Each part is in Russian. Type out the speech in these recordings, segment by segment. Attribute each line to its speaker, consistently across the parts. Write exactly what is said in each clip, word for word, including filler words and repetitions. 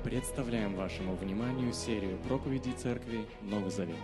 Speaker 1: Представляем вашему вниманию серию проповедей Церкви Новый Завет.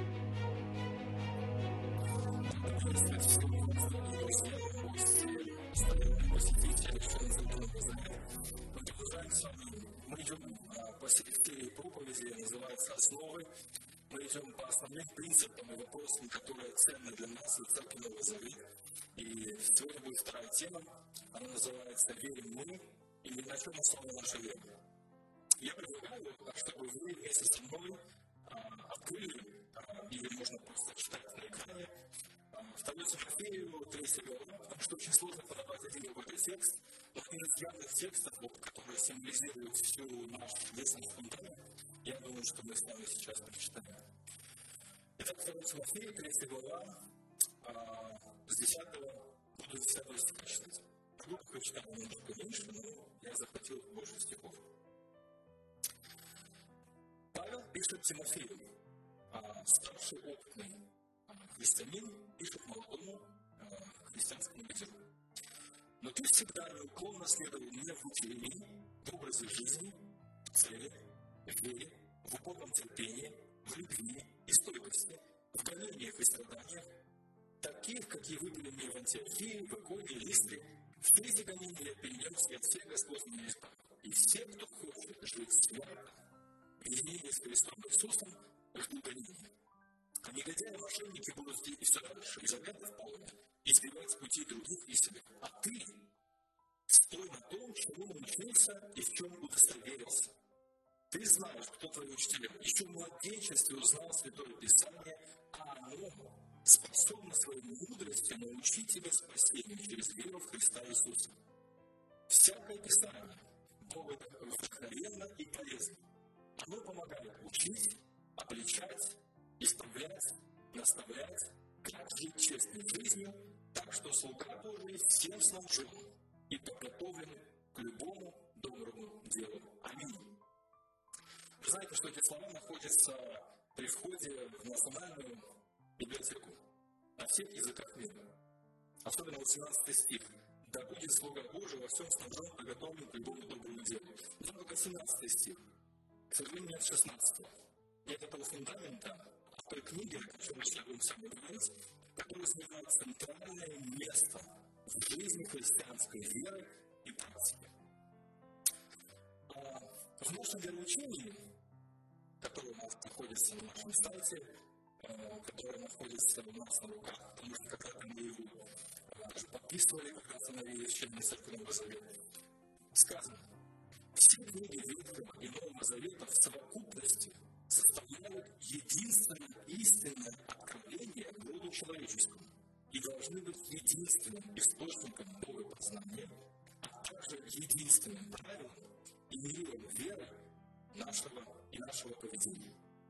Speaker 2: Мы идем по серии проповеди, называется «Основы». Мы идем по основным принципам и вопросам, которые ценны для нас в Церкви Новый Завет. И сегодня будет вторая тема, она называется «Верим мы» или «На чем основана наша вера?». Я предлагаю, чтобы вы вместе со мной а, открыли, а, или можно просто читать на экране, а, вторую Тимофею, третью главу, потому что очень сложно подобрать один какой-то текст, но один из явных текстов, вот, который символизирует всю наш весь фундамент, я думаю, что мы с вами сейчас прочитаем. Итак, вторая Тимофею, третья глава, а, с десятого, буду с десятого стиха читать. В группах я читал немножко меньше, но я захватил больше стихов. Павел пишет Тимофею, а старший опытный христианин пишет молодому а, христианскому лидеру. Но ты всегда неуклонно следовал мне в учении, в образе жизни, в цели, в вере, в упорном терпении, в любви и стойкости, в гонениях и страданиях, таких, какие вы были мне в Антиохии, в Иконе и Листре. Все эти гонения я перенес, и от всех Господь меня избавил. И все, кто хочет жить свято, единение с Христом Иисусом, ждут гонения. А негодяи, мошенники будут идти все дальше, из огня в полное, избивать с пути других и себя. А ты стой на том, чему научился и в чем удостоверился. Ты знаешь, кто твои учителя. Еще в младенчестве узнал Святое Писание, а оно способно своей мудростью научить тебя спасению через веру в Христа Иисуса. Всякое Писание Богу вдохновенно и полезно. Оно помогает учить, обличать, исправлять, наставлять, как жить честной жизнью, так что слуга Божий всем снабжен и подготовлен к любому доброму делу. Аминь. Вы знаете, что эти слова находятся при входе в национальную библиотеку на всех языках мира. Особенно восемнадцатый стих. «Да будет слуга Божий во всем снабжен, подготовлен к любому доброму делу». Но только семнадцатый стих. К сожалению, нет шестнадцатого. Нет этого фундамента, той книги, о которой мы будем с вами говорить, которая занимает центральное место в жизни христианской веры и практики. А в нашем вероучении, которое у нас находится на нашем сайте, которое находится у нас на руках, потому что когда-то мы его даже подписывали, когда становились членами Церкви Нового Завета, сказано: все книги Ветхого и Нового Завета в совокупности составляют единственное истинное откровение к роду человеческому и должны быть единственным источником богопознания, а также единственным правилом и миром веры нашего и нашего поведения.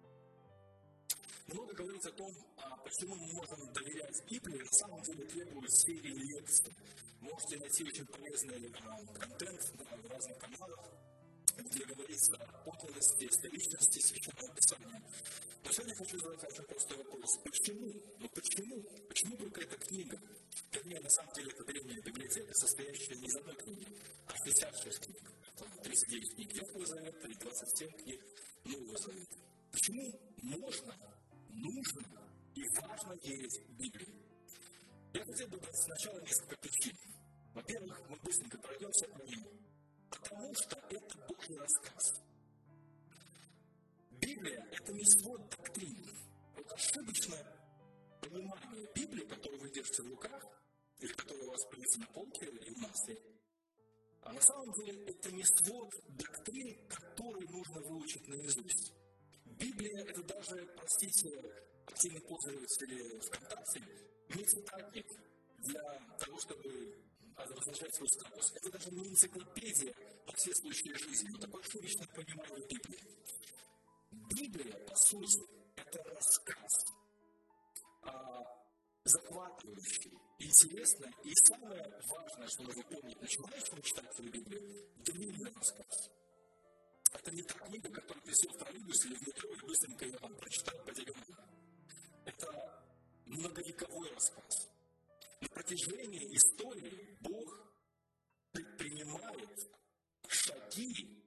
Speaker 2: Много говорить о том, почему мы можем доверять Библии, на самом деле требует серии лекций. Можете найти очень полезный контент в разных каналах, где говорится о подлинности, историчности Священного Писания. Но сегодня я хочу задать очень простой вопрос. Почему? Ну почему? Почему только эта книга? Вернее, на самом деле, это древняя библиотека, состоящая не из одной книги, а шестьдесят шесть книг. Это тридцать девять книг Ветхого Завета и двадцать семь книг Нового Завета. Почему можно, нужно и важно верить в Библию? Я хотел бы дать сначала несколько причин. Во-первых, мы быстренько пройдемся по ним. Потому что это Божий рассказ. Библия – это не свод доктрин. Вот ошибочное понимание Библии, которую вы держите в руках, или которая у вас появится на полке, или у нас, а на самом деле это не свод доктрин, которые нужно выучить наизусть. Библия – это даже, простите, активных пользователей ВКонтакте, не цитатник для того, чтобы обозначать свой статус. Это даже не энциклопедия на все случаи жизни, но такое ошибочное понимание Библии. Библия, по сути, это рассказ, а, захватывающий, интересный и самое важное, что нужно помнить начинающему читателю Библии, длинный рассказ. Это не та книга, которую ты сел в троллейбус или в метро и быстренько ее там прочитал по диагонали. Это многовековой рассказ. На протяжении истории Бог предпринимает шаги для того,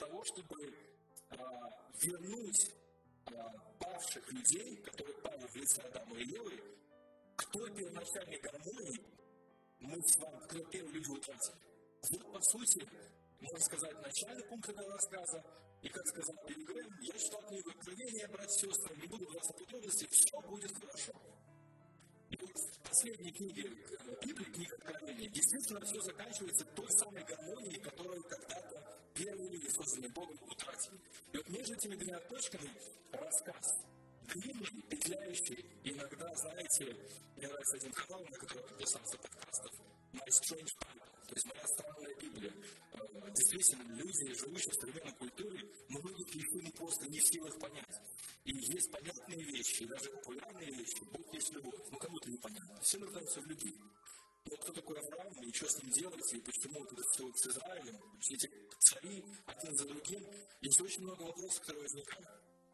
Speaker 2: того, чтобы а, вернуть а, павших людей, которые пали в лице Адама и Евы, к той первоначальной гармонии, мы с вами, кто первые люди утратили. Вот, по сути, можно сказать, начальный пункт этого рассказа, и, как сказал Билли Грэм, я читал книгу «Откровение», братья и сестры, не буду вдаваться в подробности, все будет хорошо. И вот в последней книге Библии, книга Откровения, действительно все заканчивается той самой гармонией, которую когда-то первые люди, созданные Богом, утратили. И вот между этими двумя точками рассказ. Длинный, петляющий, иногда, знаете, мне нравится один канал, на который подписался подкастов, My Strange Bible, то есть моя странная Библия. Действительно, люди, живущие в современной культуре, многих вещей просто не в силах понять. И есть понятные вещи, и даже популярные вещи. Бог есть любовь. Ну, кому-то непонятно. Все нуждаются в любви. Но кто такой Авраам, и что с ним делать, и почему это все с Израилем, все эти цари, один за другим. Есть очень много вопросов, которые возникают.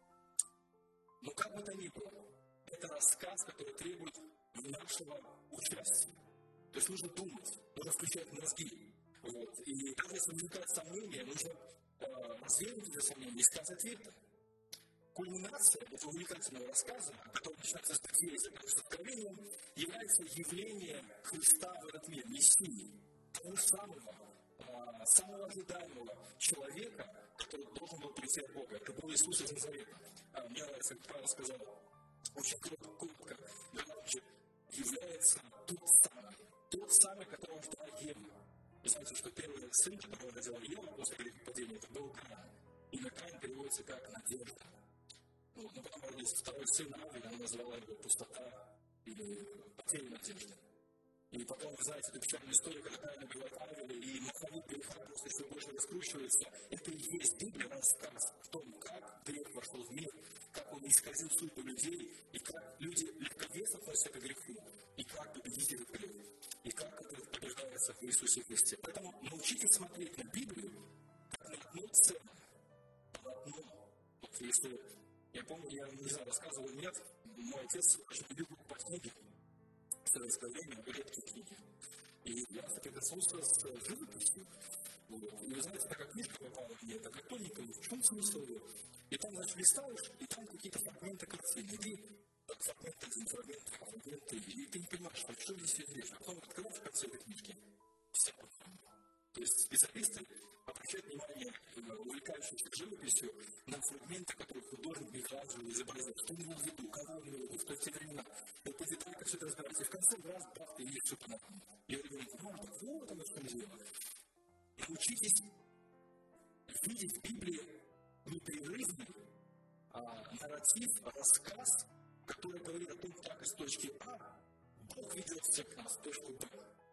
Speaker 2: Но как бы то ни было, это рассказ, который требует нашего участия. То есть нужно думать, нужно включать мозги. Вот. И даже если возникают сомнения, нужно э, развеять эти сомнения и искать ответы. Кульминация этого увлекательного рассказа, который начинается с статьи и заканчивается откровением, является явлением Христа в этот мир, Мессии, того самого, э, самого ожидаемого человека, который должен был прийти от Бога. Это был Иисус из Назарета. А, мне нравится, как Павел сказал, очень коротко, короче, является тот самый, тот самый, которого ждала Ева. Вы знаете, что первый сын, которого родила Ева после грехопадения, это был Каин. Имя Каин переводится как «надежда». Ну, но потом родился второй сын Авель, она назвала его «пустота» или «потеря надежды». И потом, вы знаете, эту печальную историю, когда Каин убивает Авеля, и маховик греха просто еще больше раскручивается. Это и есть Библия, рассказ о том, как грех вошел в мир, как он исказил судьбу людей, и как люди легковесно относятся к греху, и как победить этот грех, и как это побеждается в Иисусе Христе. Поэтому научитесь смотреть на Библию как на одно целое, на одно. Вот если, я помню, я не знаю, рассказывал или нет, мой отец очень любил покупать книги. В советское время редкие книги. И я соприкоснулся с живописью. Вот. И вы знаете, такая книжка попала мне, такая тоненькая, в чем смысл ее? И там, значит, листаешь, и там какие-то фрагменты картины. И ты так, фрагмент один, фрагмент два, фрагмент три. И ты не понимаешь, что, что здесь есть речь. А потом открываешь в конце этой книжки. Вся по-другому. То есть специалисты обращают внимание, увлекающиеся живописью, на фрагменты, которые художник некрасиво изобразил. Что он имел в виду, кого он имел в виду, в какие времена. И по деталям все это разбирается. И в конце раз, да, ты видишь все понятно. И вы говорите, ну, так вот оно что дело. Научитесь видеть в Библии непрерывный а, нарратив, рассказ, который говорит о том, как из точки А Бог ведет всех нас в точку Б.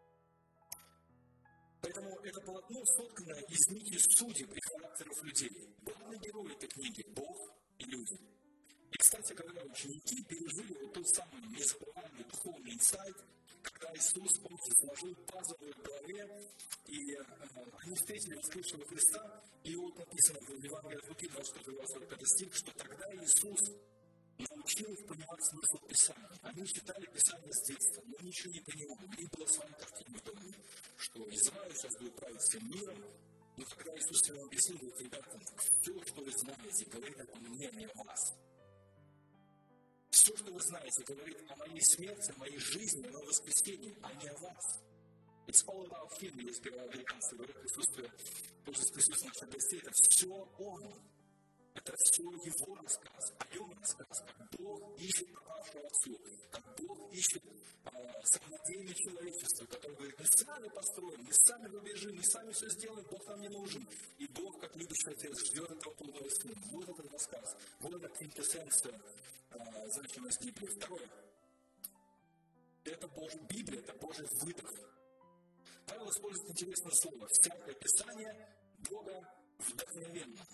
Speaker 2: Поэтому это полотно соткано из нити судеб и характеров людей. Главные герои этой книги – Бог и люди. И, кстати говоря, ученики пережили вот тот самый незабываемый духовный инсайт, когда Иисус полностью сложил пазл в их голове, и э, они встретили воскресшего Христа, и вот написано в Евангелии от Луки, двадцать четыре двадцать пять стих, что тогда Иисус научил их понимать смысл Писания. Они читали Писание с детства, но ничего не понимали. У них была своя картина в доме, что Израиль сейчас будет править всем миром. Но когда Иисус им объяснил, говорит, ребята, все, что вы знаете, говорит обо мне, не о вас. Все, что вы знаете, говорит о моей смерти, о моей жизни, о моем воскресении, а не о вас. It's all about him, если американцы говорят, присутствие, тоже присутствие наших гостей, это все он. Это все его рассказ, о нем рассказ, как Бог ищет пропавшего отцу, как Бог ищет э, самодельное человечество, которое говорит, мы сами построим, мы сами побежим, мы сами все сделаем, Бог нам не нужен. И Бог, как любящий отец, ждет этого полного сына. Вот этот рассказ, вот эта квинтэссенция э, значимость Библии. Второе. Это Божья Библия, это Божий выдох. Павел использует интересное слово. Всякое Писание Бога вдохновенно.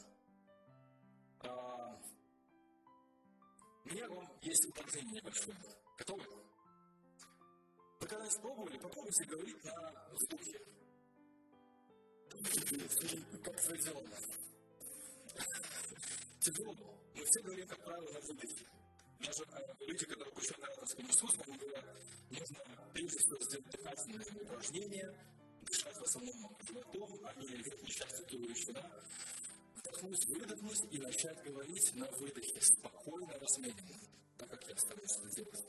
Speaker 2: А, у меня вам есть упражнение небольшое. Готовы? Вы когда-нибудь пробовали? Попробуйте говорить на вдохе. Как это сделано? Тяжело. Мы все говорим, как правило, на выдохе. Даже люди, которые обучают ораторскому искусству, они говорят, нужно прежде всего сделать дыхательное упражнение, дышать в основном животом, а не верхней частью туловища, да? начать говорить на выдохе, спокойно, размеренно, так как я стараюсь это делать.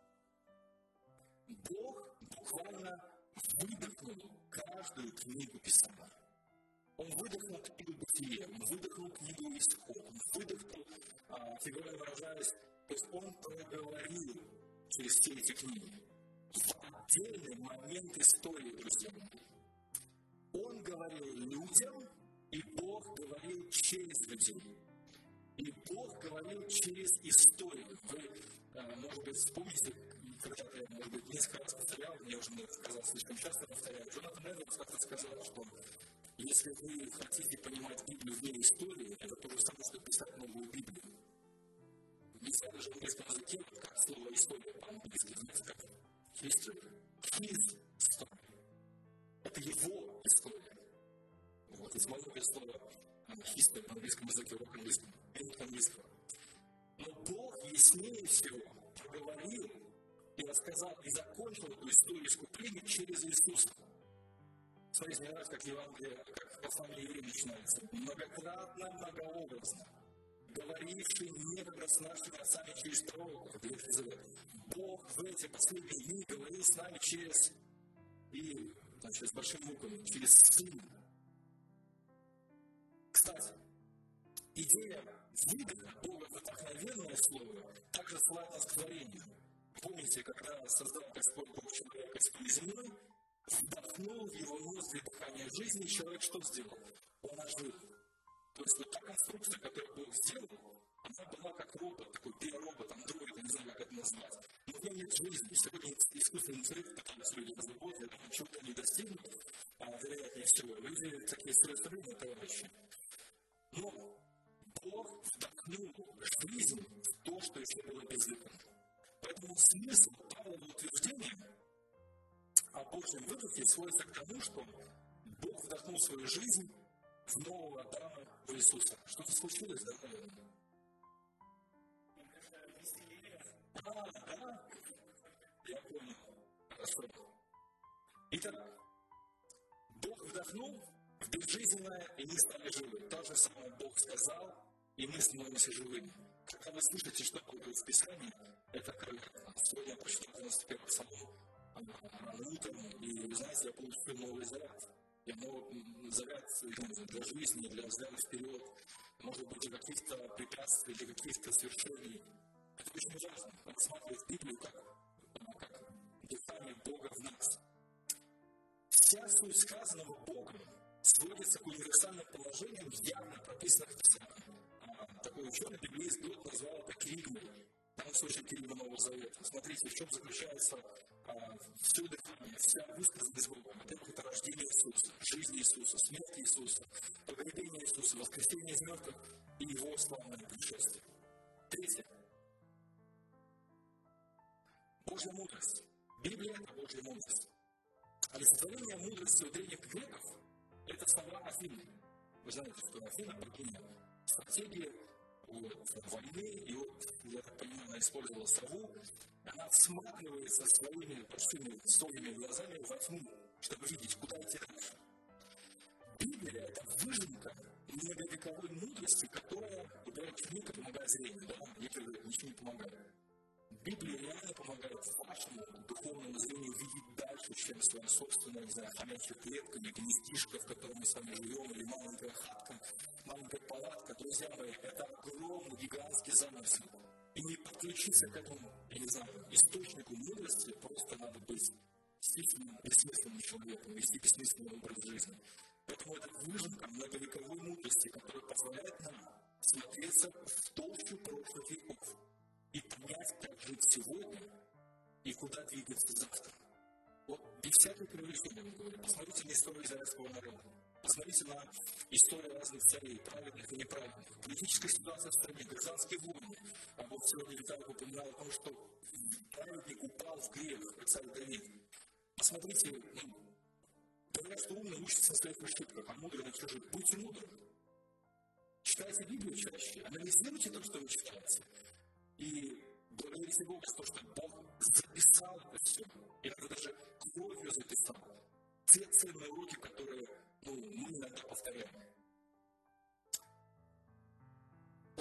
Speaker 2: Бог буквально выдохнул каждую книгу Писания. Он выдохнул книгу Бытие, он выдохнул книгу Исход, он выдохнул, а, фигурально выражаясь, то есть он проговорил через все эти книги. В отдельный момент истории, друзья мои. Он говорил людям, и Бог говорил через людей. И Бог говорил через историю. Вы, а, может быть, вспомните, когда-то я, может быть, несколько раз повторял, мне уже сказал, слишком часто повторяю, Джонатан Эдвардс как-то сказал, что если вы хотите понимать Библию вне истории, это то же самое, что писать новую Библию. Нельзя даже в английском языке, как слово «история» по-английски, знаете, как history. His story. Это его история. Вот, из моего слова history по английскому языке, урок английского, английского. Но Бог яснее всего проговорил и рассказал, и закончил эту историю искупления через Иисуса. Смотрите, мне нравится, как Евангелие, как послание евреям начинается. Многократно, многообразно, говоривший некогда с нашими отцами через пророков, Ветхий Завет. Бог в эти последние дни говорил с нами через, и, значит, с большими буквами, через Сына. Кстати, идея выдоха Бога в вдохновенное слово также ссылает нас к творению. Помните, когда создал Господь Бог человека из пыли земной, вдохнул в его ноздри дыхание жизни, и человек что сделал? Он ожил. То есть вот та конструкция, которую Бог сделал, она была как робот, такой биоробот, андроид, я не знаю, как это назвать. Но в нем нет жизни. Сегодня искусственный интеллект пытаются люди разработать, я думаю, чего-то они достигнут, а вероятнее всего. Люди такие строят товарищи. Но Бог вдохнул жизнь в то, что еще было безвыходно. Поэтому смысл Павлова утверждения о Божьем выдохе сводится к тому, что Бог вдохнул свою жизнь в нового Адама, в Иисуса. Что-то случилось, да, наверное? А, да? Я понял. Хорошо. Итак, Бог вдохнул в безжизненное, и мы стали живы. То же самое Бог сказал, и мы становимся живыми. Когда вы слышите, что говорит в Писании, это корректно. Сегодня я прочитал девяносто первый псалом рано утром, и, вы знаете, я получил новый заряд. Я новый заряд для жизни, для взгляда вперед, может быть, для каких-то препятствий, для каких-то свершений. Это очень важно, рассматривать Библию как, как дыхание Бога в нас. Вся суть сказанного Богом сводится к универсальным положениям, явно прописанных в Писании. Такой ученый библиист Дот назвал это керигмой. В данном случае керигма Нового Завета. Смотрите, в чем заключается а, все дыхание, вся высказанность Бога. Во-первых, это рождение Иисуса, жизнь Иисуса, смерть Иисуса, погребение Иисуса, воскресение из мертвых и Его славное пришествие. Третье. Божья мудрость. Библия – это Божья мудрость. Олицетворение мудрости у древних греков – это слова Афины. Вы знаете, что Афина богиня стратегии, вот, войны, и вот, я так понимаю, она использовала сову, она всматривается своими большими сонными глазами во тьму, чтобы видеть, куда идти дальше. Библия – это выжимка многовековой мудрости, которая ударяет человека, помогает зрению, да, некоторые ничего не помогают. Библия реально помогает вашему духовному зрению видеть дальше, чем своя собственная, не знаю, хомячья клетка, или гнездишко, в котором мы с вами живем, или маленькая хатка, маленькая палатка. Друзья мои, это огромный, гигантский замысел. И не подключиться к этому, я не знаю, источнику мудрости, просто надо быть действительно бессмысленным человеком, вести бессмысленный образ жизни. Поэтому это выжимка многовековой мудрости, которая позволяет нам смотреться в толщу прошлых веков и понять, как жить сегодня и куда двигаться завтра. Вот без всякой привлечения, я говорю, посмотрите на историю израильского народа, посмотрите на историю разных царей, праведных и неправедных, политическая ситуация в стране, гражданские войны. А вот сегодня Виталий упоминал о том, что праведник упал в грех, царь Давид. Посмотрите, ну, говорят, что умный учится на своих ошибках, а мудрый на чужих. Будьте мудрым. Читайте Библию чаще, анализируйте то, что вы читаете. И благодарите Бога за то, что Бог записал это все. И это даже кровью записал. Те ценные уроки, которые, ну, мы иногда повторяем.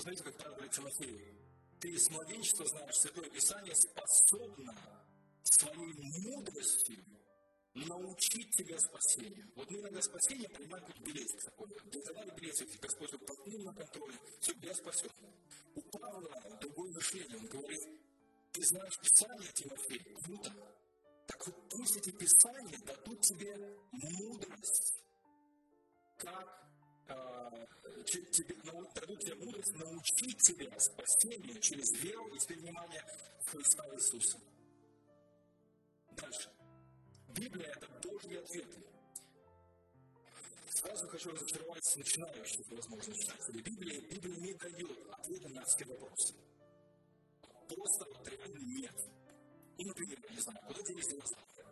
Speaker 2: Посмотрите, как Павел говорит Тимофею. Ты из младенчества знаешь, Святое Писание способно своей мудростью научить тебя спасению. Вот мы иногда спасение понимаем как билетик такой. Для билетик Господь поднул на контроле, все, я спасен. У Павла другое мышление, он говорит, ты знаешь Писание, Тимофей, круто. Так вот пусть эти Писания дадут тебе мудрость, как э, тебе, дадут тебе мудрость научить тебя спасению через веру и теперь внимание в Христа Иисуса. Дальше. Библия – это Божьи ответы. Сразу хочу разочаровать начинающих, возможно, читателей Библии. Библия не дает ответа на все вопросы. Просто вот реально нет. Ну, например, я не знаю, куда делись динозавры?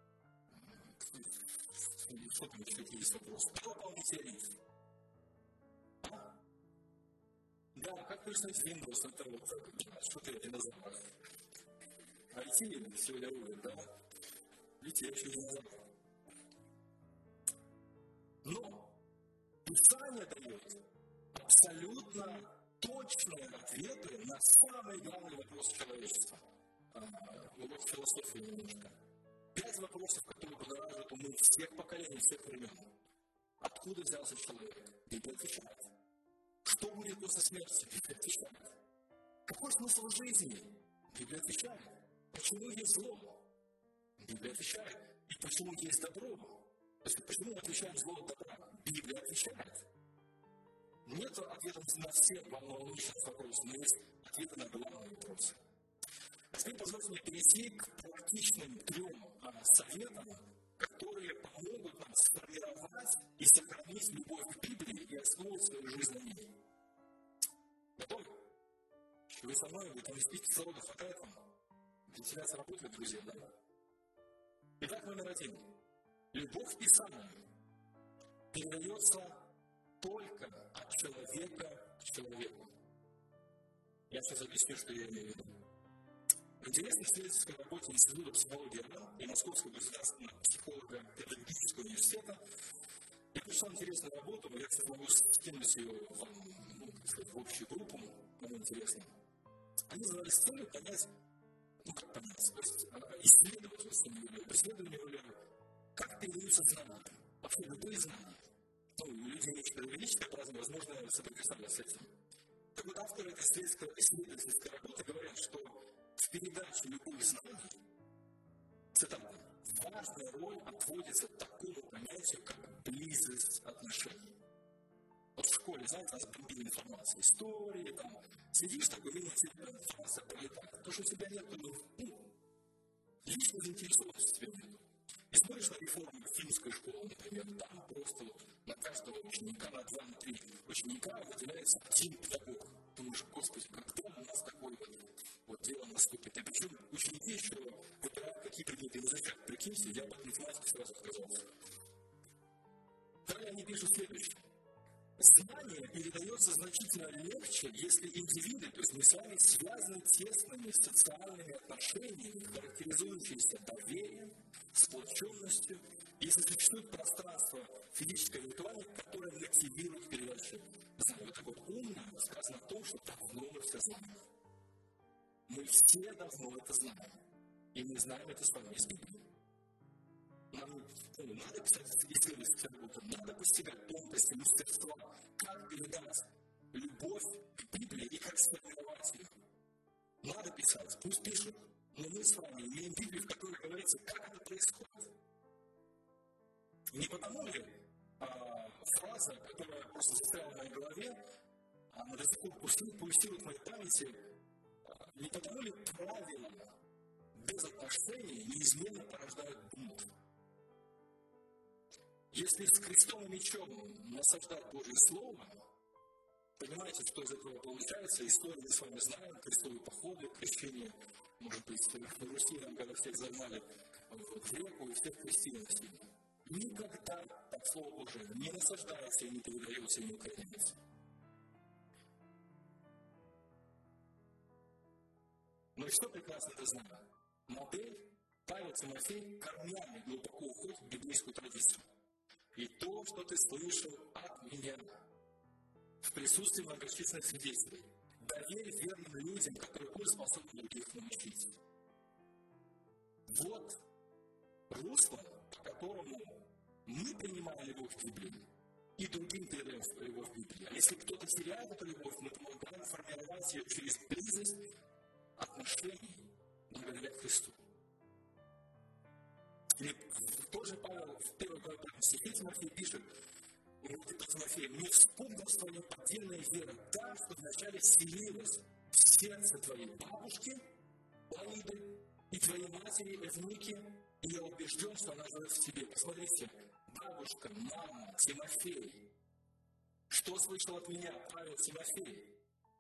Speaker 2: Что там еще есть вопрос? Кто попал метеорит? А? Да, как пояснить Windows на того, что ты динозавр? ай ти сегодня рулит, да? Видите, я еще динозавр. Но Писание дает абсолютно точные ответы на самый главный вопрос человечества. Урок философии немножко. Пять вопросов, которые будоражат умы всех поколений, всех времен. Откуда взялся человек? Библия отвечает. Что будет после смерти? Библия отвечает. Какой смысл жизни? Библия отвечает. Почему есть зло? Библия отвечает. И почему есть добро? То есть, почему мы отличаем зло от добра? Библия отвечает. Нет ответа на все волнующие вопросы, но есть ответы на главные вопросы. А теперь позвольте мне перейти к практичным трем а, советам, которые помогут нам сформировать и сохранить любовь к Библии и основывать свою жизнь на ней. Готовы? Вы со мной, вы там из пяти кислорода хватает вам? Вентиляция работает, друзья, да? Итак, номер один. Любовь к Писанию передается только от человека к человеку. Я сейчас объясню, что я имею в виду. В интересной исследовательской работе Института психологии РАН и Московского государственного психолого-педагогического университета я прочитал интересную работу, я, кстати, могу скинуть ее в, ну, сказать, в общую группу, кому интересно. Они задались целью понять, ну как понять, то есть исследовать, исследование, как передаются знания, вообще любые знания. Ну, люди некоторые величества празднуют, возможно, соприкасались с этим. Так вот, авторы этой исследовательской работы говорят, что в передаче любых знаний, цитата, важная роль отводится такому понятию, как близость отношений. Вот в школе, знаете, нас бомбили информацией, истории, там, сидишь такой, видно, тебе информация пролетает. То, что у тебя нет, ну, личной заинтересованности у тебя нет. И смотришь на реформу финской школы, например, там просто вот на каждого ученика, на два, на три ученика выделяется один педагог. Думаешь, Господи, когда у нас такое вот, вот дело наступит? И причем ученики еще выбирают, какие предметы изучать. Прикиньте, я под математикой сразу отказался. Далее они пишут следующее. Знание передается значительно легче, если индивиды, то есть мы с вами связаны тесными социальными отношениями, характеризующимися доверием, сплоченностью, если существует пространство физическое и виртуальное, которое мотивирует к передаче знания. Вот так вот умно сказано о том, что давно мы все знаем. Мы все давно это знаем. И мы знаем это с вами из Библии. Нам ну, надо писать исследовательские работы, надо постигать тонкости мастерства, как передать любовь к Библии и как сформировать ее. Надо писать, пусть пишут, но мы с вами имеем Библию, в которой говорится, как это происходит. Не потому ли а, фраза, которая просто застряла в моей голове, она до сих пор пульсирует в моей памяти, а, не потому ли правила без отношений неизменно порождают бунт? Если с крестом и мечом насаждать Божье Слово, понимаете, что из этого получается? Историю мы с вами знаем, крестовые походы, крещение, может быть, в Руси, когда всех загнали в реку и всех крестили насильно. Никогда так Слово Божие не насаждается и не передается, и не укореняется. Но и все прекрасно это знаем. Модель Павел Тимофей корнями глубоко уходит в библейскую традицию. И то, что ты слышал от меня. в присутствии многочисленных свидетелей. Доверь верным людям, которые будут способны других научить. Вот русло, по которому мы принимаем любовь к Библии, и другим передаем любовь к Библии. А если кто-то теряет эту любовь, мы помогаем формировать ее через близость отношений благодаря Христу. И тоже Павел в первой главе стихе Тимофей пишет, Тимофей, «Мне вспомнилась твоя поддельная вера, та, что вначале селилась в сердце твоей бабушки, Лаиды, и твоей матери Эвники, и я убежден, что она живет в тебе». Посмотрите, бабушка, мама, Тимофей. Что слышал от меня Павел Тимофей?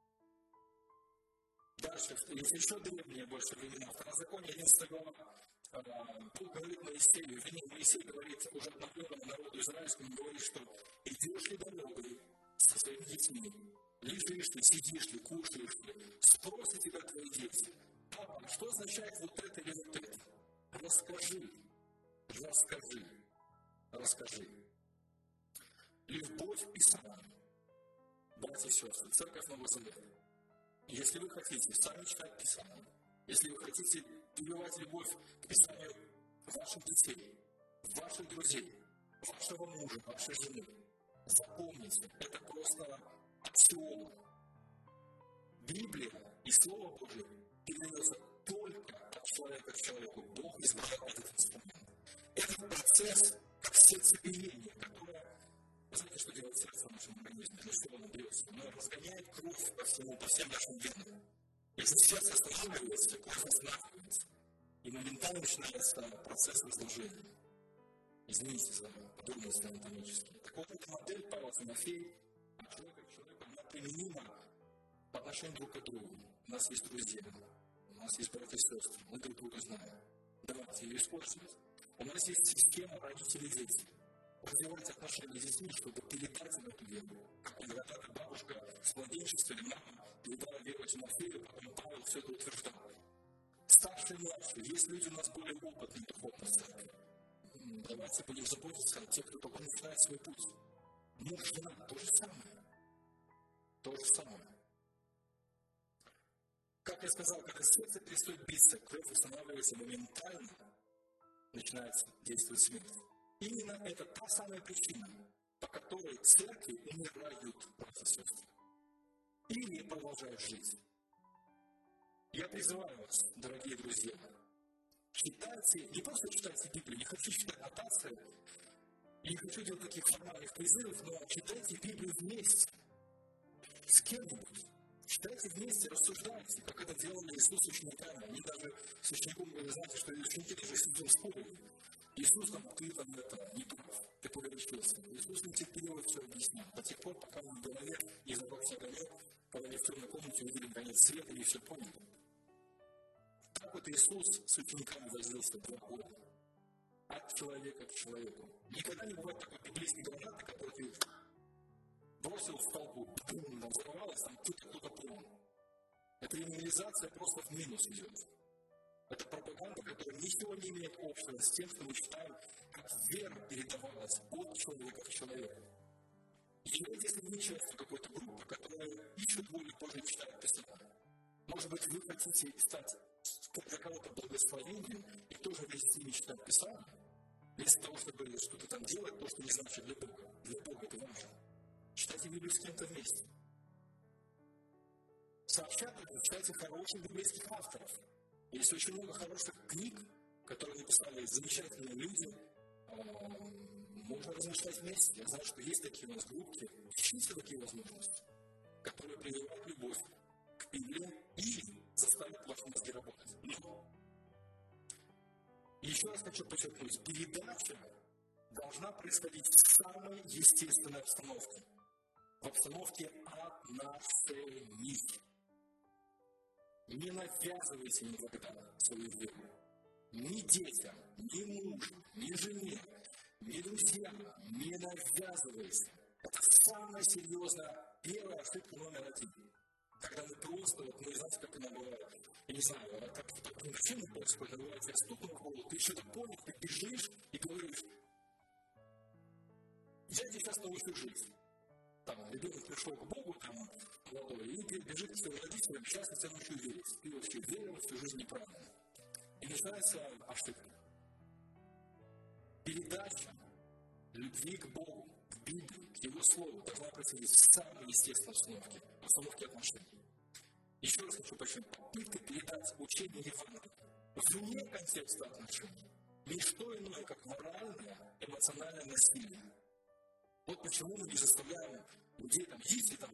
Speaker 2: Дальше, если еще древнее больше времена, Второзаконие, одиннадцатая глава, Бог говорит Моисею, вернее, Моисей говорит уже обновленному народу израильскому, говорит, что идешь ли дорогой со своими детьми, лежишь ли, сидишь ли, кушаешь ли, спросят тебя твои дети, папа, а что означает вот это или вот это? Расскажи, расскажи, расскажи. Любовь к Писанию, братья и сестры, Церковь Нового Завета. Если вы хотите сами читать Писание, если вы хотите прививать любовь к Писанию ваших детей, ваших друзей, вашего мужа, вашей жены, запомните, это просто аксиома. Библия и Слово Божие передается только от человека к человеку. Бог избрал этот инструмент. Этот процесс, как сердцебиение, которое, вы знаете, что делает сердце в нашем организме, для чего оно бьется? Оно разгоняет кровь по всему, по всем нашим венам. Если сердце останавливается, кровь останавливается. И моментально начинается процесс разложения. Извините за подробности анатомические. Так вот, эта модель Павла Тимофей, от человека к человеку, она применима по отношению друг к другу. У нас есть друзья, у нас есть братья и сестры, мы друг друга знаем. Давайте ее использовать. У нас есть система родителей и дети. Развивать отношения с детьми, чтобы передать им эту веру. Как когда-то бабушка с младенчества или мама передала веру Тимофею, потом Павел все это утверждал. Старшие и младшие, есть люди у нас более опытные духовно в церкви. Давайте будем заботиться о тех, кто только начинает свой путь. Муж, жена, то же самое. То же самое. Как я сказал, когда сердце перестает биться, кровь устанавливается моментально, начинается действовать смерть. Именно это та самая причина, по которой церкви умирают, братья и сестры. Или продолжают жить. Я призываю вас, дорогие друзья, читайте, не просто читайте Библию, не хочу читать нотации, не хочу делать таких формальных призывов, но читайте Библию вместе, с кем-нибудь. Читайте вместе, рассуждайте, как это делал Иисус с учениками. Они даже с учеником, вы знаете, что ученики даже с ним спорили. Иисус там, ты там это, не прав, ты погорячился. Иисус им терпеливо все объяснял. До тех пор, пока он в голове не забрался огонек, когда они в темной комнате увидели конец света и все поняли. Так вот Иисус с учениками возился два года. От человека к человеку. Никогда не бывает такой библейской гранаты, которую ты бросил в толпу, бум, там взорвалась, там кто-то кто-то понял. Эта евангелизация просто в минус идет. Это пропаганда, которая ничего не имеет общего с тем, что мы читаем, как вера передавалась от человека к человеку. И являетесь ли вы частью какой-то группы, которая ищет более позже читает Писание? Может быть, вы хотите стать для кого-то благословением и тоже вместе с ними читать Писание, вместо того, чтобы что-то там делать, то, что не значит для Бога. Для Бога это важно. Читайте Библию с кем-то вместе. Сообща читайте хороших библейских авторов. Есть очень много хороших книг, которые написали замечательные люди. Можно размышлять вместе. Я знаю, что есть такие у нас группки. Ищите такие возможности, которые прививают любовь к Библии и заставят ваши мозги работать. Но еще раз хочу подчеркнуть, передача должна происходить в самой естественной обстановке. В обстановке отношений. Не навязывайте никогда свою веру. Ни детям, ни мужу, ни жене, ни друзьям не навязывайте. Это самая серьезная первая ошибка номер один. Когда мы просто, вот, ну, знаете, как она бывает, я не знаю, как, как мужчина происходит, бывает, я стукнул в голову, ты что-то понял, ты бежишь и говоришь, я тебе сейчас научу жить. Там, знаю, ребенок пришел к Богу, там, молодой, и бежит к своим родителям, сейчас я тебя научу верить. Ты вообще верил, всю жизнь неправильно. И начинается ошибка. Передача любви к Богу, к Библии, к Его Слову должна происходить в самой естественной обстановке, в обстановке отношений. Еще раз хочу подчеркнуть, попытка передать учение Евангелия вне контекста отношений не что иное, как моральное, эмоциональное насилие. Вот почему мы не заставляем людей там, идите там,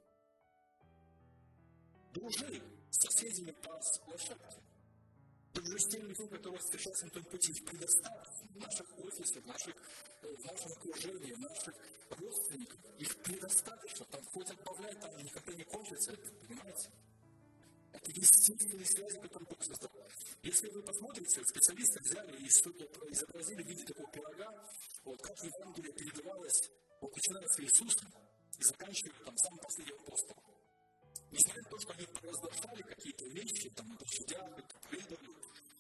Speaker 2: дружи с соседями по площадке. Дружи с теми людьми, которые встречаются на том пути, их предоставь в наших офисах, в, наших, в нашем окружении, в наших родственниках. Их предостаточно, там хоть отбавляй, там никогда не кончится, это, понимаете? Это естественные связи, которые Бог создал. Если вы посмотрите, специалисты взяли и изобразили в виде такого пирога, вот как Евангелие передавалось, вот начинается с Иисуса и заканчивая там самым последним апостолом. Несмотря на то, что они провозглашали какие-то вещи, там, на судях, проповедовали,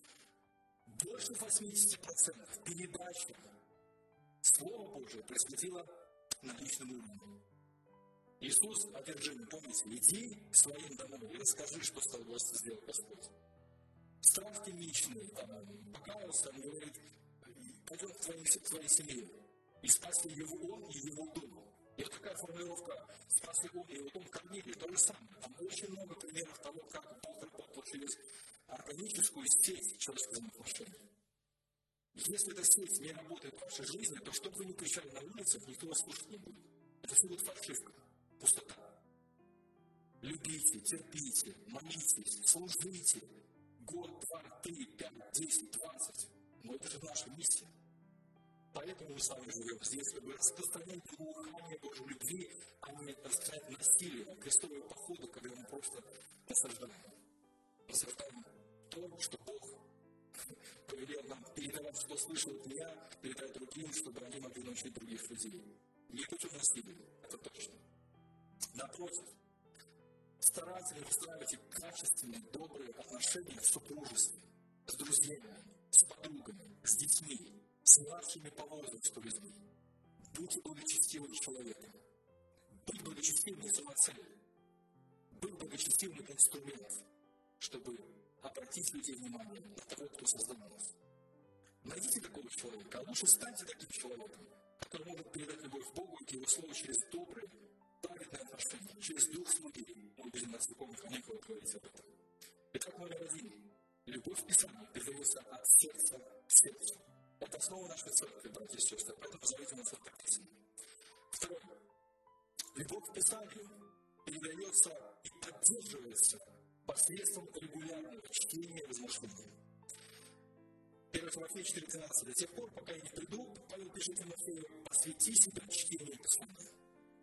Speaker 2: больше восемьдесят процентов передачи Слова Божия происходило на личном уровне. Иисус одержим, помните, иди к своим домам и расскажи, что с тобой сделал Господь. Страсти личные, там, покаялся, он говорит, пойдем к твоей, к твоей семье. И спасли его он и его дом. И вот такая формулировка спасли он и его дом Корнилий, то же самое. Там очень много примеров того, как Бог работал через органическую сеть человеческих взаимоотношений. Если эта сеть не работает в вашей жизни, то что бы вы ни кричали на улицах, никто вас слушать не будет. Это все будет фальшивка, пустота. Любите, терпите, молитесь, служите. Год, два, три, пять, десять, двадцать. Но это же наша миссия. Поэтому мы с вами живем здесь, чтобы распространять благоухание Божьей любви, а не распространять насилие, крестовые походы, когда мы просто посаждаем. Посаждаем то, что Бог повелел нам передавать, что слышал от меня, передать другим, чтобы они могли научить других людей. Не путем насилия, это точно. Напротив, старательно выстраивайте качественные, добрые отношения в супружестве, с друзьями, с подругами, с детьми, с младшими по возрасту людьми. Будьте благочестивым человеком. Быть благочестивым не самоцель. Быть благочестивым – это инструмент, чтобы обратить людей внимание на того, кто создал нас. Найдите такого человека, а лучше станьте таким человеком, который может передать любовь Богу и Его Слову через добрые, праведные отношения, через дух слуги. Мы будем на церковных каникулах говорить об этом. Итак, номер один. Любовь в Писании передается от сердца к сердцу. Это основа нашей церкви, братья и сестры, поэтому зовите нас это написано. Второе. Любовь в Писании передается и поддерживается посредством регулярного чтения и размышления. первое Тимофея четыре тринадцать. До тех пор, пока я не приду, Павел пишет Тимофею, посвяти себя чтению Писания.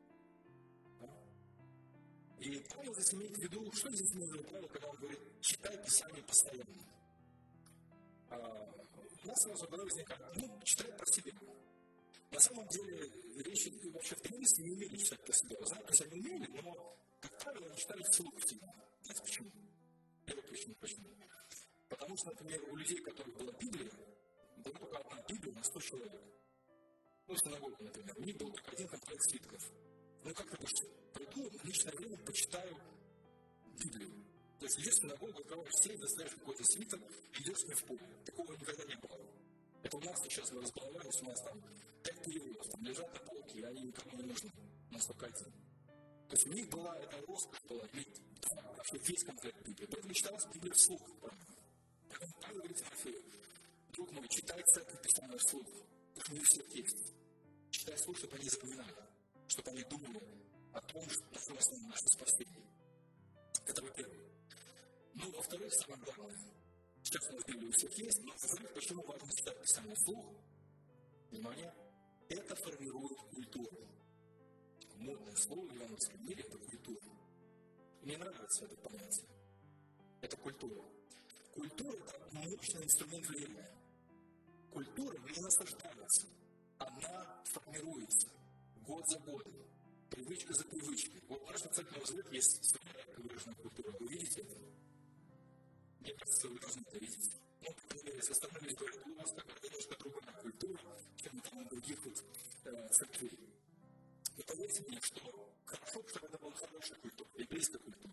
Speaker 2: И Павел здесь имеет в виду, что здесь имеет в виду, когда он говорит, читай Писание постоянно. А, у нас сразу в голове возникает, ну, читай про себя. На самом деле, речь вообще в древности не умели читать про себя. Вы знаете, писать не умели, но, как правило, они читали вслух всегда. Знаете почему? Первая причина, почему? Потому что, например, у людей, у которых была Библия, была только одна Библия на сто человек. Ну, синагога, например, у них был только один комплект свитков. Ну, как ты пишешь? Приду, в личное время почитаю Библию. То есть идешь в синагогу, открываешь сейф, достаешь какой-то свиток и идешь с ним в поле. Такого никогда не было. Это у нас сейчас мы разбаловались, у нас там пять переводов, там лежат на полке, и они никому не нужны. Настолько один. То есть у них была эта роскошь, была, или вообще весь комплект Библии. Поэтому читалась Библия вслух. Поэтому Павел говорит Тимофею, друг мой, читай церковь Писания вслух, потому что не у всех есть. Читай вслух, чтобы они запоминали, чтобы они думали о том, на чем основано наше спасение. Это во-первых. Ну, во-вторых, самое главное, сейчас у нас Библия у всех есть, но во-вторых, почему важно читать Писание вслух? Внимание, это формирует культуру. Модное слово в евангельском мире – это культура. Мне нравится это понятие. Это культура. Культура – это мощный инструмент влияния. Культура не насаждается, она формируется год за годом, привычка за привычкой. Вот в нашем церковном взгляде есть своя выраженная культура. Вы видите это? Мне кажется, вы должны это видеть. Ну, по крайней мере, со стороны людей говорят, у вас какая-то немножко другая культура, чем там у других вот, э, церквей. И поверьте, поверьте мне, что хорошо, чтобы это была хорошая культура, библейская культура.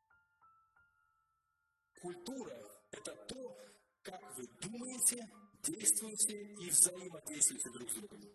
Speaker 2: Культура – это то, как вы думаете, действуете и взаимодействуете друг с другом.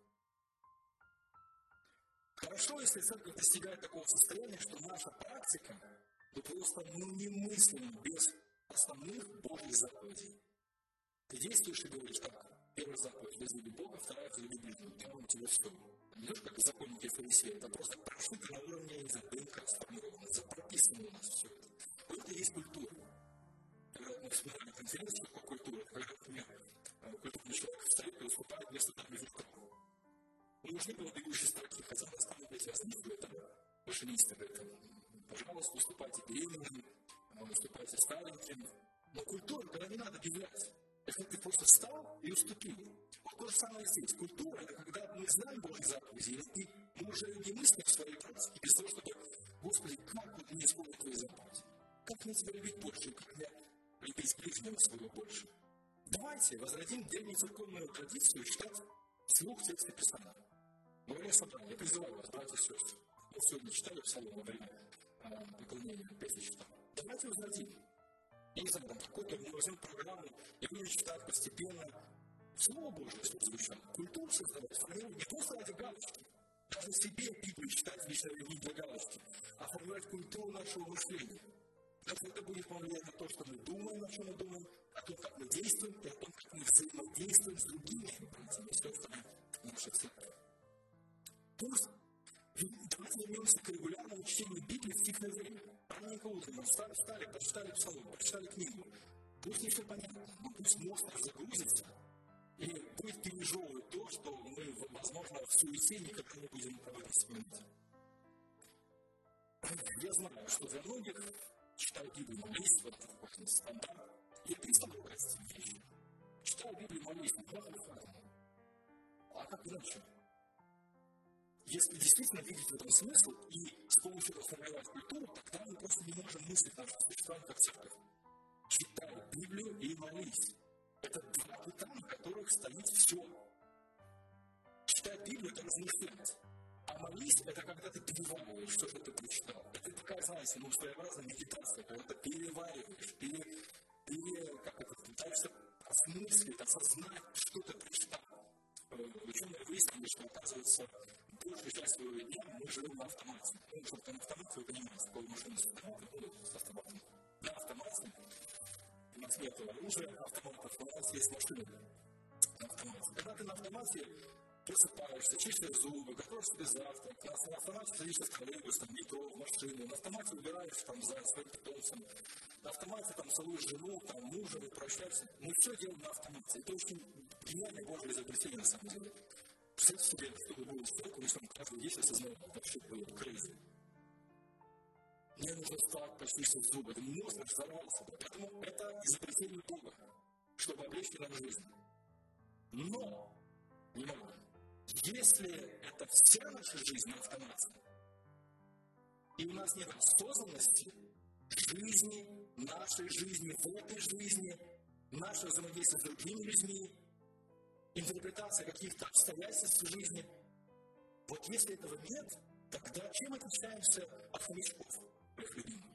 Speaker 2: Хорошо, если церковь достигает такого состояния, что наша практика ну, просто ну, немыслима без основных Божьих заповедей. Ты действуешь и говоришь, так, первая заповедь – возлюби Бога, вторая – возлюби ближнего, прямо у тебя все. Знаешь, как законники фарисеи, это просто прошито на уровне, не знаю, ДНК сформировано, прописано у нас все это. Вот это и есть культура. Когда мы смотрели конференцию по культуре, когда, например, культурный человек встает и выступает вместо там языков. Мы нужны было бегущие строки, хотя нас там опять разнифуют, там, машинисты говорят, пожалуйста, выступайте беременным, выступайте стареньким. Но культура, когда не надо бежать, это ты просто встал и уступил. Вот то же самое здесь. Культура – это когда мы знаем Божьи заповеди, и мы уже не мыслим в своей практике, без того, чтобы, Господи, как вот мне исполнить Твои заповеди? Как мне Тебя любить больше, как мне любить ближнего своего больше? Давайте возродим древнюю церковную традицию читать вслух тексты Писания. Во время собрания я призываю вас, братья и сестры. Вот сегодня читали псалом во время а, поклонения, опять я читал. Давайте возродим. Я не знаю, там какую-то мы возьмем программу и будем читать постепенно Слово Божие, чтобы звучало. Культуру создавать, формировать не просто ради галочки, даже себе Библию читать лично не для галочки, а формировать культуру нашего мышления. Потому что это будет повлиять на то, что мы думаем, о чем мы думаем, о том, как мы действуем, и о том, как мы взаимодействуем с другими братьями и сестрами нашей церкви. То есть, давайте вернемся к регулярному чтению Библии в тихое время. Ранненько утром встали, встали, прочитали псалом, прочитали книгу. Пусть не все понятно, но пусть мозг загрузится и будет пережевывать то, что мы, возможно, в суете никогда не будем об этом вспоминать. Я знаю, что для многих читая Библию, молись, вот это такой стандарт, я перестал ругать с этими вещами. Читая Библию, молись, не плохо входно. А как иначе? Если действительно видеть в этом смысл и с помощью этого формировать культуру, тогда мы просто не можем мыслить наше существование как церковь. Читай Библию и молись. Это два пути, на которых стоит все. Читать Библию – это размышлять. А молись – это когда ты перевариваешь все, что ты прочитал. Это такая, знаете, ну, своеобразная медитация, когда ты перевариваешь, пере, пере, как это, пытаешься осмыслить, осознать, что ты прочитал. Ученые выяснили, что, оказывается, большую часть своего дня мы живем на автомате. Ну, чтобы на автомате, вы понимаете, такой машины с автоматом, ну, с автоматом. На автомате. У нас нет оружия автоматов, у нас есть машины на автомате. Когда ты на автомате просыпаешься, чистишь зубы, готовишь себе завтрак, на автомате садишься в троллейбус, там, метро, в машину, на автомате убираешь там за своим питомцем, на автомате там целуешь жену, там, мужа, и прощаешься. Мы все делаем на автомате. Это очень гениальное Божье изобретение, на самом деле. Представьте себе, что вы будете человеку, если он каждый день осознает, это вообще будет крейзи. Мне нужно встать, почистить зубы. Это мозг взорвался. Поэтому это изобретение Бога, чтобы облегчить нам жизнь. Но, внимание, если это вся наша жизнь на автомате, и у нас нет осознанности жизни, нашей жизни, в этой жизни, наше взаимодействие с другими людьми, интерпретация каких-то обстоятельств жизни, вот если этого нет, тогда чем отличаемся от хомячков, моих любимых?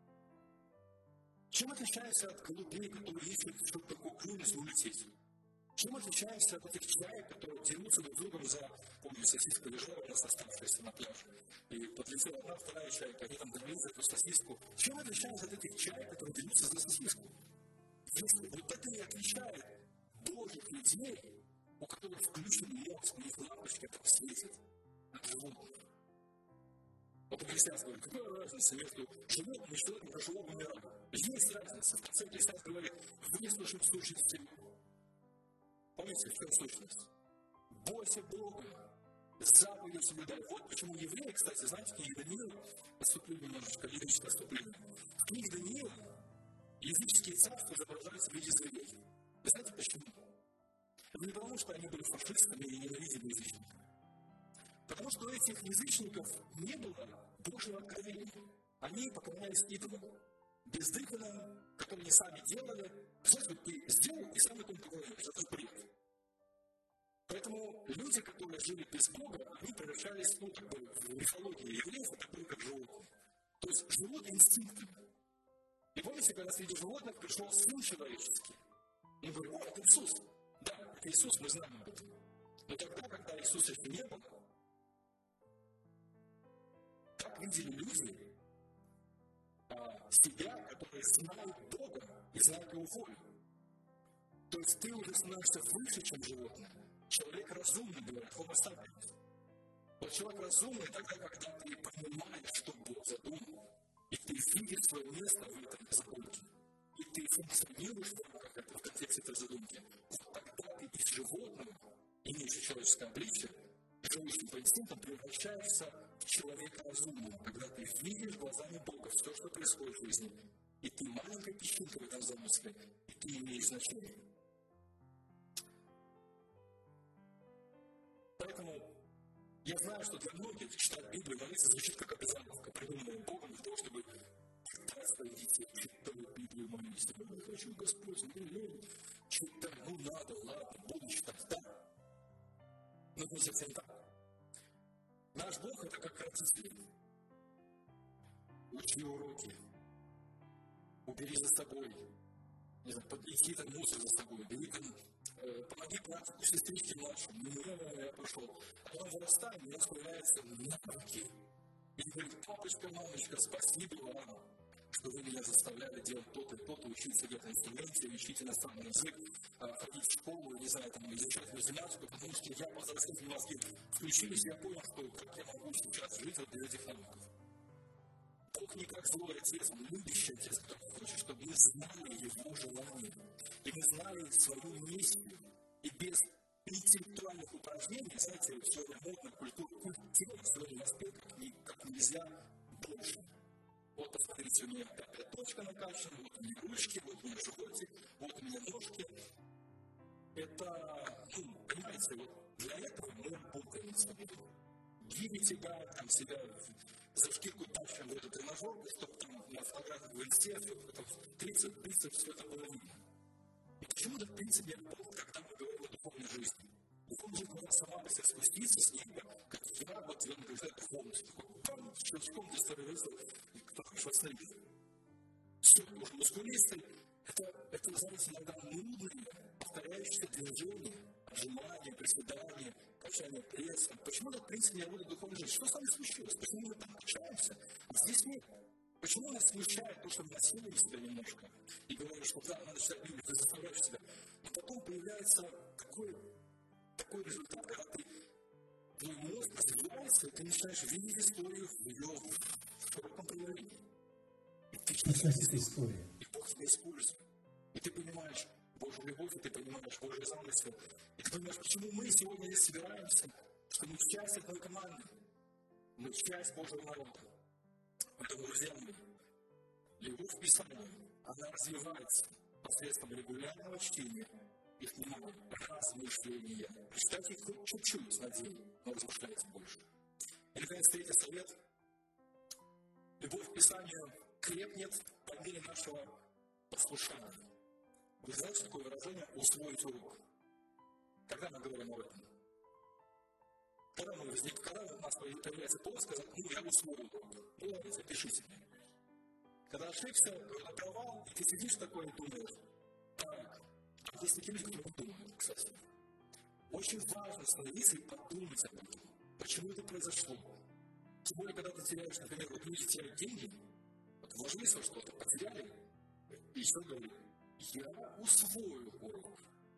Speaker 2: Чем отличаемся от голубей, которые ищут, чтобы такое клюнуть и улететь? Чем отличаемся от этих чаек, которые дерутся друг с другом за, помню, сосиску лежала у нас оставшаяся на пляже, и подлетела одна, вторая чайка, они там дрались за эту сосиску. Чем отличаемся от этих чаек, которые дерутся за сосиску? Если вот это и отличает Божьих людей, у которых включен мозг, у них лампочка там светит, от животных. Вот у христианства говорит, какая разница между животным и человеком, про живого умирает? Есть разница. В конце христианство говорит, в нескольких случаях. Помните, в чем сущность? Бойся Бога, заповеди соблюдай. Вот почему евреи, кстати, знаете, в книге Даниила, отступление немножечко, лирическое отступление. В книге Даниила языческие царства изображаются в виде зверей. Вы знаете почему? Это не потому, что они были фашистами и ненавидели язычников. Потому что у этих язычников не было Божьего откровения. Они поклонялись идолам, бездыханным, которые они сами делали. Знаете, ты сделал и сам потом поклоняешься. Это бред. Поэтому люди, которые жили без Бога, они превращались, ну, как бы, в мифологии евреев, это были как животные. То есть живут инстинктами. И помните, когда среди животных пришел Сын Человеческий, мы говорим: о, это Иисус. Да, это Иисус, мы знаем об этом. Но тогда, когда Иисуса еще не было, как видели люди а, себя, которые знают Бога и знают Его волю. То есть ты уже становишься выше, чем животное. Человек разумный, говорят, homo sapiens. Вот человек разумный тогда, когда ты понимаешь, что Бог задумал, и ты видишь свое место в этой задумке, и ты функционируешь в рамках этого, в контексте этой задумки, вот тогда ты из животного, имеющего человеческое обличие, живущим по инстинктам, превращаешься в человека разумного, когда ты видишь глазами Бога все, что происходит в жизни, и ты маленькая песчинка в этом замысле, и ты имеешь значение. Поэтому я знаю, что для многих читать Библию, молиться звучит как обязательство, придуманное Богом для того, чтобы читать свои детей, читать Библию, молиться. Я хочу, Господь, ну, ну, читай, ну надо, ладно, буду читать, да. Но не совсем так. Наш Бог — это как родители. Учи уроки, убери за собой, не знаю, поднеси там мусор за собой, бери там, э, помоги братику, сестричке младшему, ну, я пошел. А потом вырастаем, у нас появляются навыки. И говорит: папочка, мамочка, спасибо вам, что вы меня заставляли делать то-то и то-то, учиться где-то на инструменте, учить иностранный язык, ходить в школу, не знаю, там, изучать математику, потому что я повзрослел, мозги включились, я понял, что как я могу сейчас жить вот без этих навыков. Бог не как злой отец, он любящий отец, который хочет, чтобы мы знали его желание, и мы знали свою миссию, и без интеллектуальных упражнений, знаете, сегодня модно культура культивировать, сегодня воспеть как, как нельзя больше. Вот посмотрите, у меня пятая точка накачана, вот у меня ручки, вот у меня животик, вот у меня ножки. Это, ну, понимаете, вот для этого мы работаем над собой. Гиви тебя, там, себя за шкирку тащим в эту тренажерку, чтобы там на фотографии в инсте, чтобы тридцать, тридцать, все это было видно. И почему-то, в принципе, Бог, когда мы говорим о духовной жизни, духовная жизнь должна сама по себе спуститься с неба, как я, вот я награждаю духовностью, такой там, щелчком для старовесов, кто хочет восстановить. Все, уже мускулистый, это, это, знаете, иногда нудные, повторяющиеся движения, отжимания, приседания, качание пресса. Почему-то, в принципе, не работает духовная жизнь. Что с нами случилось? Почему мы там качаемся? А здесь нет. Почему нас смущает то, что мы насилуем себя немножко и говорим, что да, надо читать Библию, ты заставляешь себя. Но потом появляется такой, такой результат, когда ты, твой мозг развивается, и ты начинаешь видеть историю в ее в широком проявлении. И ты
Speaker 3: часть истории.
Speaker 2: И Бог тебя использует. И ты понимаешь Божью любовь, и ты понимаешь Божий замысел. И ты понимаешь, почему мы сегодня здесь собираемся, что мы часть одной команды. Мы часть Божьего народа. Поэтому, друзья мои, любовь к Писанию, она развивается посредством регулярного чтения и, внимания, размышления. Прочитайте их хоть чуть-чуть на день, но размышляйте больше. И, наконец, третий совет. Любовь к Писанию крепнет по мере нашего послушания. Вы знаете, что такое выражение «усвоить урок»? Когда мы говорим об этом? Когда, мы возник, когда у нас появляется повод сказать: ну, я усвоил урок. Ну, давайте, пишите мне. Когда ошибся, когда провал, и ты сидишь такой и думаешь: так, а есть такие люди, которые не думают, кстати. Очень важно остановиться и подумать об этом. Почему это произошло? Тем более, когда ты теряешь, например, вот люди теряют деньги, вот вложились во что-то, потеряли, и еще говорят: я усвою урок.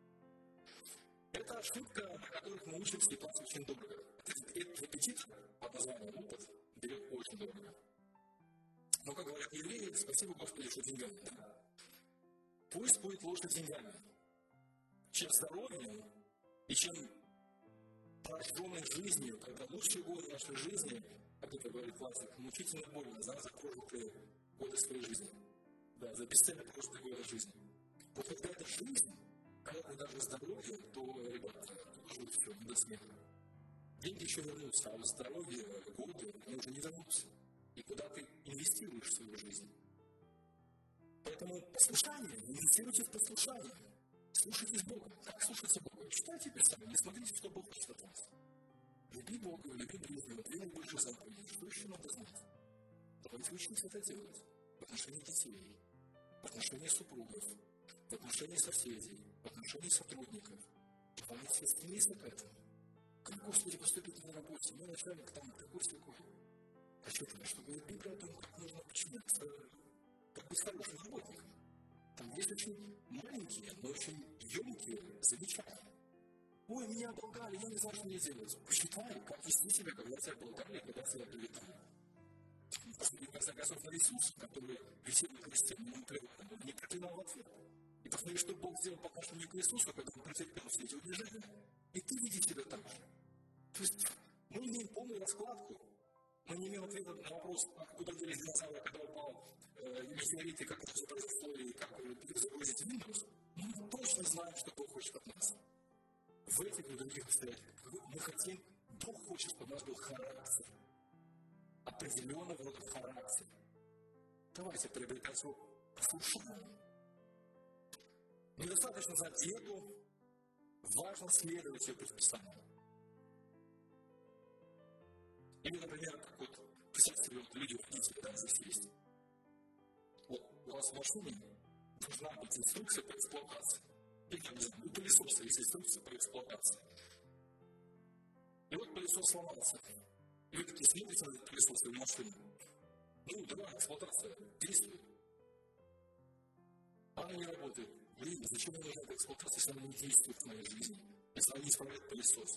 Speaker 2: Это ошибка, на которых мы учимся, и платим очень дорого. Этот репетитор под названием опыт берет очень дорого. Но, как говорят евреи, спасибо Господи, что деньгами. Да? Пусть будет ложь деньгами. Чем здоровьем и чем прожженной жизнью, когда лучшие годы нашей жизни, как это говорит классик, мучительно больно за, за прожитые годы своей жизни. Да, за бесцельно прожитые годы жизни. Вот когда это жизнь, когда ты даже здоровье, то, ребята, уже все, не до смеха. Деньги еще вернутся, а вот здоровье, годы, они уже не вернутся. И куда ты инвестируешь в свою жизнь. Поэтому послушание, инвестируйте в послушание. Слушайтесь Бога. Как слушаться Бога? Читайте Писание, не смотрите, что научись это делать в отношении детей, в отношении супругов, в отношении соседей, в отношении сотрудников. Они все стремятся к этому. Как, Господи, поступить на работе? Мой начальник там такой-сякой. А что это? Что говорит Библия о том, как нужно подчиняться, как быть хорошим работником. Там есть очень маленькие, но очень емкие замечания. Ой, меня оболгали, я не знаю, что мне делать. Посчитай, как вести себя, когда тебя оболгали, когда тебя оклеветали. Посмотри, в конце концов, на Иисуса, который висел на кресте, но он не проклинал в ответ. И посмотри, что Бог сделал по отношению к Иисусу, когда он претерпел все эти унижения. И ты веди себя так же. То есть мы имеем полную раскладку. Мы не имеем ответа на вопрос, куда делись динозавры, когда упал э, метеорит, и как это все произошло, и как э, загрузить Windows. Но мы точно знаем, что Бог хочет от нас. В этих и других обстоятельствах мы хотим, Бог хочет, чтобы у нас был характер. Определенного рода характер. Давайте приобретать его послушание. Недостаточно знать диету, важно следовать ее предписаниям. Или, например, как вот, представьте себе, вот люди водители, да, здесь есть. Вот у вас в машине должна быть инструкция по эксплуатации. Или там, у пылесоса есть инструкция по эксплуатации. И вот пылесос сломался. И вы такие смотрите на этот пылесос в машину. Ну, давай, эксплуатация, действует. Она не работает. Блин, зачем мне нужна эта эксплуатация, если она не действует в моей жизни? Если она не исправляет пылесос?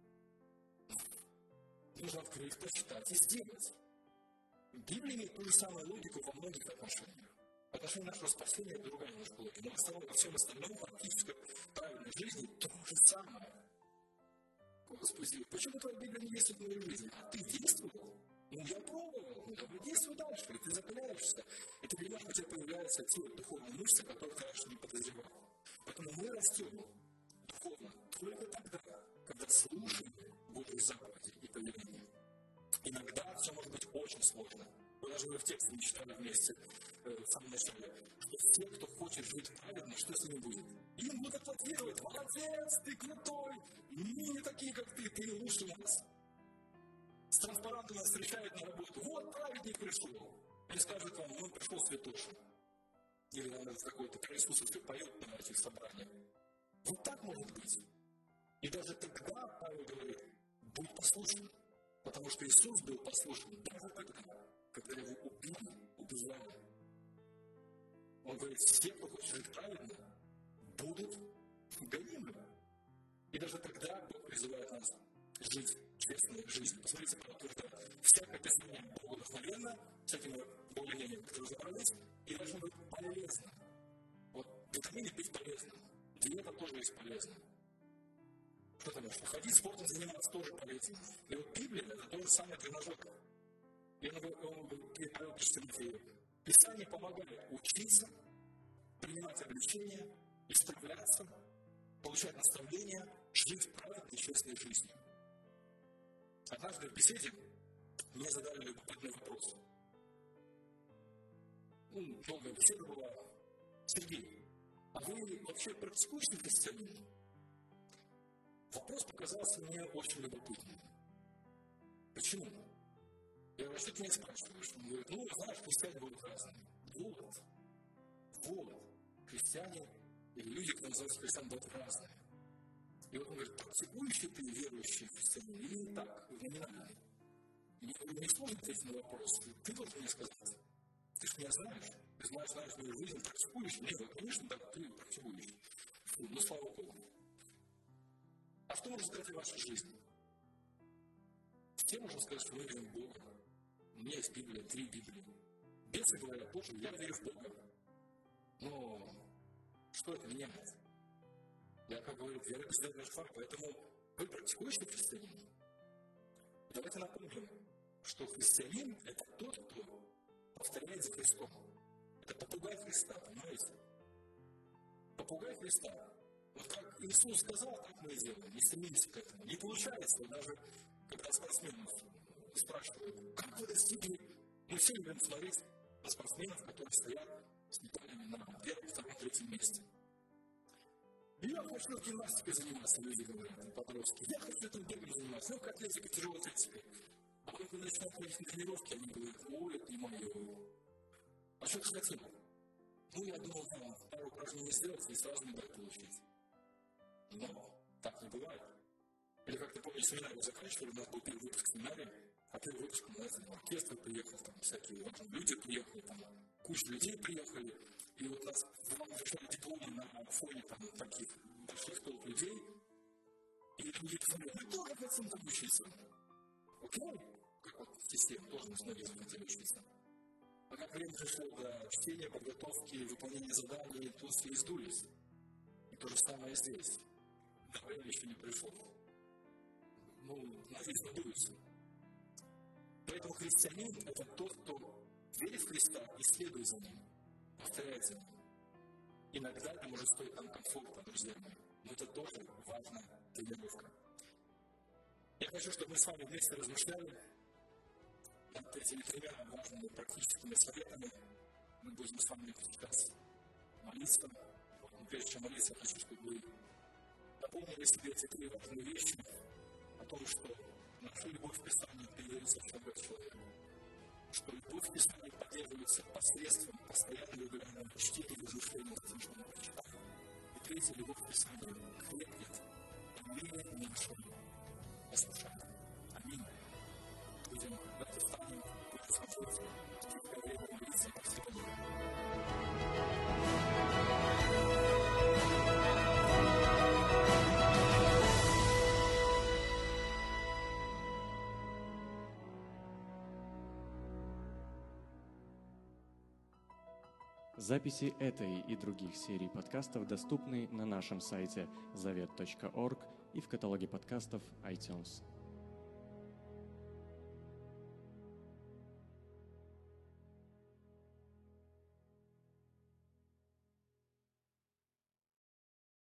Speaker 2: Нужно открыть, прочитать и сделать. Библия имеет ту же самую логику во многих отношениях. В отношении нашего спасения это другая немножко логика. Но в основном, во всем остальном, практически правильной жизни то же самое. Господи, почему твоя Библия не действует в моей жизни? А ты действовал? Ну, я пробовал. Ну, давай действуй дальше. И ты закаляешься. И ты понимаешь, у тебя появляются те духовные мышцы, которые ты раньше не подозревал. Поэтому мы растем духовно только тогда, когда слушаем Божьи заповеди и повеления. Иногда все может быть очень сложно. Вы даже в тексте не читали вместе э, в самом начале, что те, кто хочет жить праведно, что с ними будет? Им будут аплодировать: молодец, ты крутой, мы не такие, как ты, ты лучше нас. С транспарантом нас встречают на работу: вот праведник пришел. Или скажет вам: ну, пришел святоша. Или наверное, какой-то про Иисуса все поет на этих собраниях. Вот так может быть. И даже тогда Павел говорит: будь послушен. Потому что Иисус был послушен даже тогда, когда его убили, убивали. Он говорит: все, кто хочет жить праведно, будут гонимы. И даже тогда Бог призывает нас жить честной жизнью. Посмотрите, потому что всякое писание Богу вдохновенно, с этими более-менее разобрались, и должно быть полезно. Вот витамины пить полезно, диета тоже есть полезно. Что там еще? Ходить спортом, заниматься тоже полезно. И вот Библия — это то же самое тренажер. И он говорит, пишет Тимофею: Писание помогает учиться, принимать обличения, исправляться, получать наставления, жить праведной, честной жизнью. Однажды в беседе мне задали любопытный вопрос. Ну, долгая беседа была: Сергей, а вы вообще практикующий христианин? Вопрос показался мне очень любопытным. Почему? Я говорю: что ты меня спрашиваешь? Он говорит: ну, знаешь, христиане бывают разные. Вот. Вот. Христиане или люди, которые называются христианами, бывают разные. И вот он говорит: практикующий ты верующий христианин или не так, номинальный? И я говорю: не сложно ответить на вопрос. Ты должен мне сказать. Ты же меня знаешь. Ты знаешь, знаешь мою жизнь, практикующий. Нет, ну, конечно, да, ты практикующий. Ну, слава Богу. А что можно сказать о вашей жизни? Все можно сказать, что мы верим в Бога. У меня есть Библия, три Библии. Бесы говорят: Боже, я верю в Бога. Но что это меняет? Я, как говорю, вера без дела мертва, поэтому вы практикующий христианин. Давайте напомним, что христианин — это тот, кто повторяет за Христом. Это попугай Христа, понимаете? Попугай Христа. Вот как Иисус сказал, так мы и делаем, не стремимся к этому. Не получается, даже когда спортсменов спрашивают: как вы достигли? Мы все любим смотреть на спортсменов, которые стоят с медалями на первом, втором, третьем месте. Я хочу гимнастикой заниматься, люди говорят, подростки. Я хочу этим бегом заниматься, легкой атлетикой, тяжелой атлетикой. А потом, когда начинают ходить на тренировки, они говорят: ой, это не мое. А что ты хотел? Ну, я думал, там, пару упражнений сделать и сразу медаль получить. Но так не бывает. Или, как ты помнишь, семинар мы заканчивали, у нас был первый выпуск семинария, а первый выпуск у нас там оркестр приехал, там всякие важные люди приехали, там куча людей приехали, и вот у нас вам вручали дипломы на фоне там таких больших толп людей, и люди говорили: мы тоже хотим там учиться. Окей? Как вот система, тоже мы многие захотели учиться. А как время пришло до чтения, подготовки, выполнения заданий, тут все издулись. И то же самое здесь. Но время еще не пришло. Ну, надеюсь, надуется. Поэтому христианин – это тот, кто верит в Христа и следует за Ним, повторяет за Ним. Иногда это может стоить нам комфорта, друзья мои, но это тоже важная тренировка. Я хочу, чтобы мы с вами вместе размышляли над этими тремя важными практическими советами. Мы будем с вами сейчас молиться. Но прежде чем молиться, я хочу, чтобы вы напомнили себе эти три важные вещи о том, что наша любовь в Писании передается в человек человеку, что любовь в Писании поддерживается посредством постоянного регулярного чтения и размышления над тем, что мы прочитали. И третье, любовь в Писании крепнет, имея меньше послушания. Аминь. Будем давайте встанем, будем смотреть в время молиться по всему.
Speaker 1: Записи этой и других серий подкастов доступны на нашем сайте завет точка орг и в каталоге подкастов iTunes.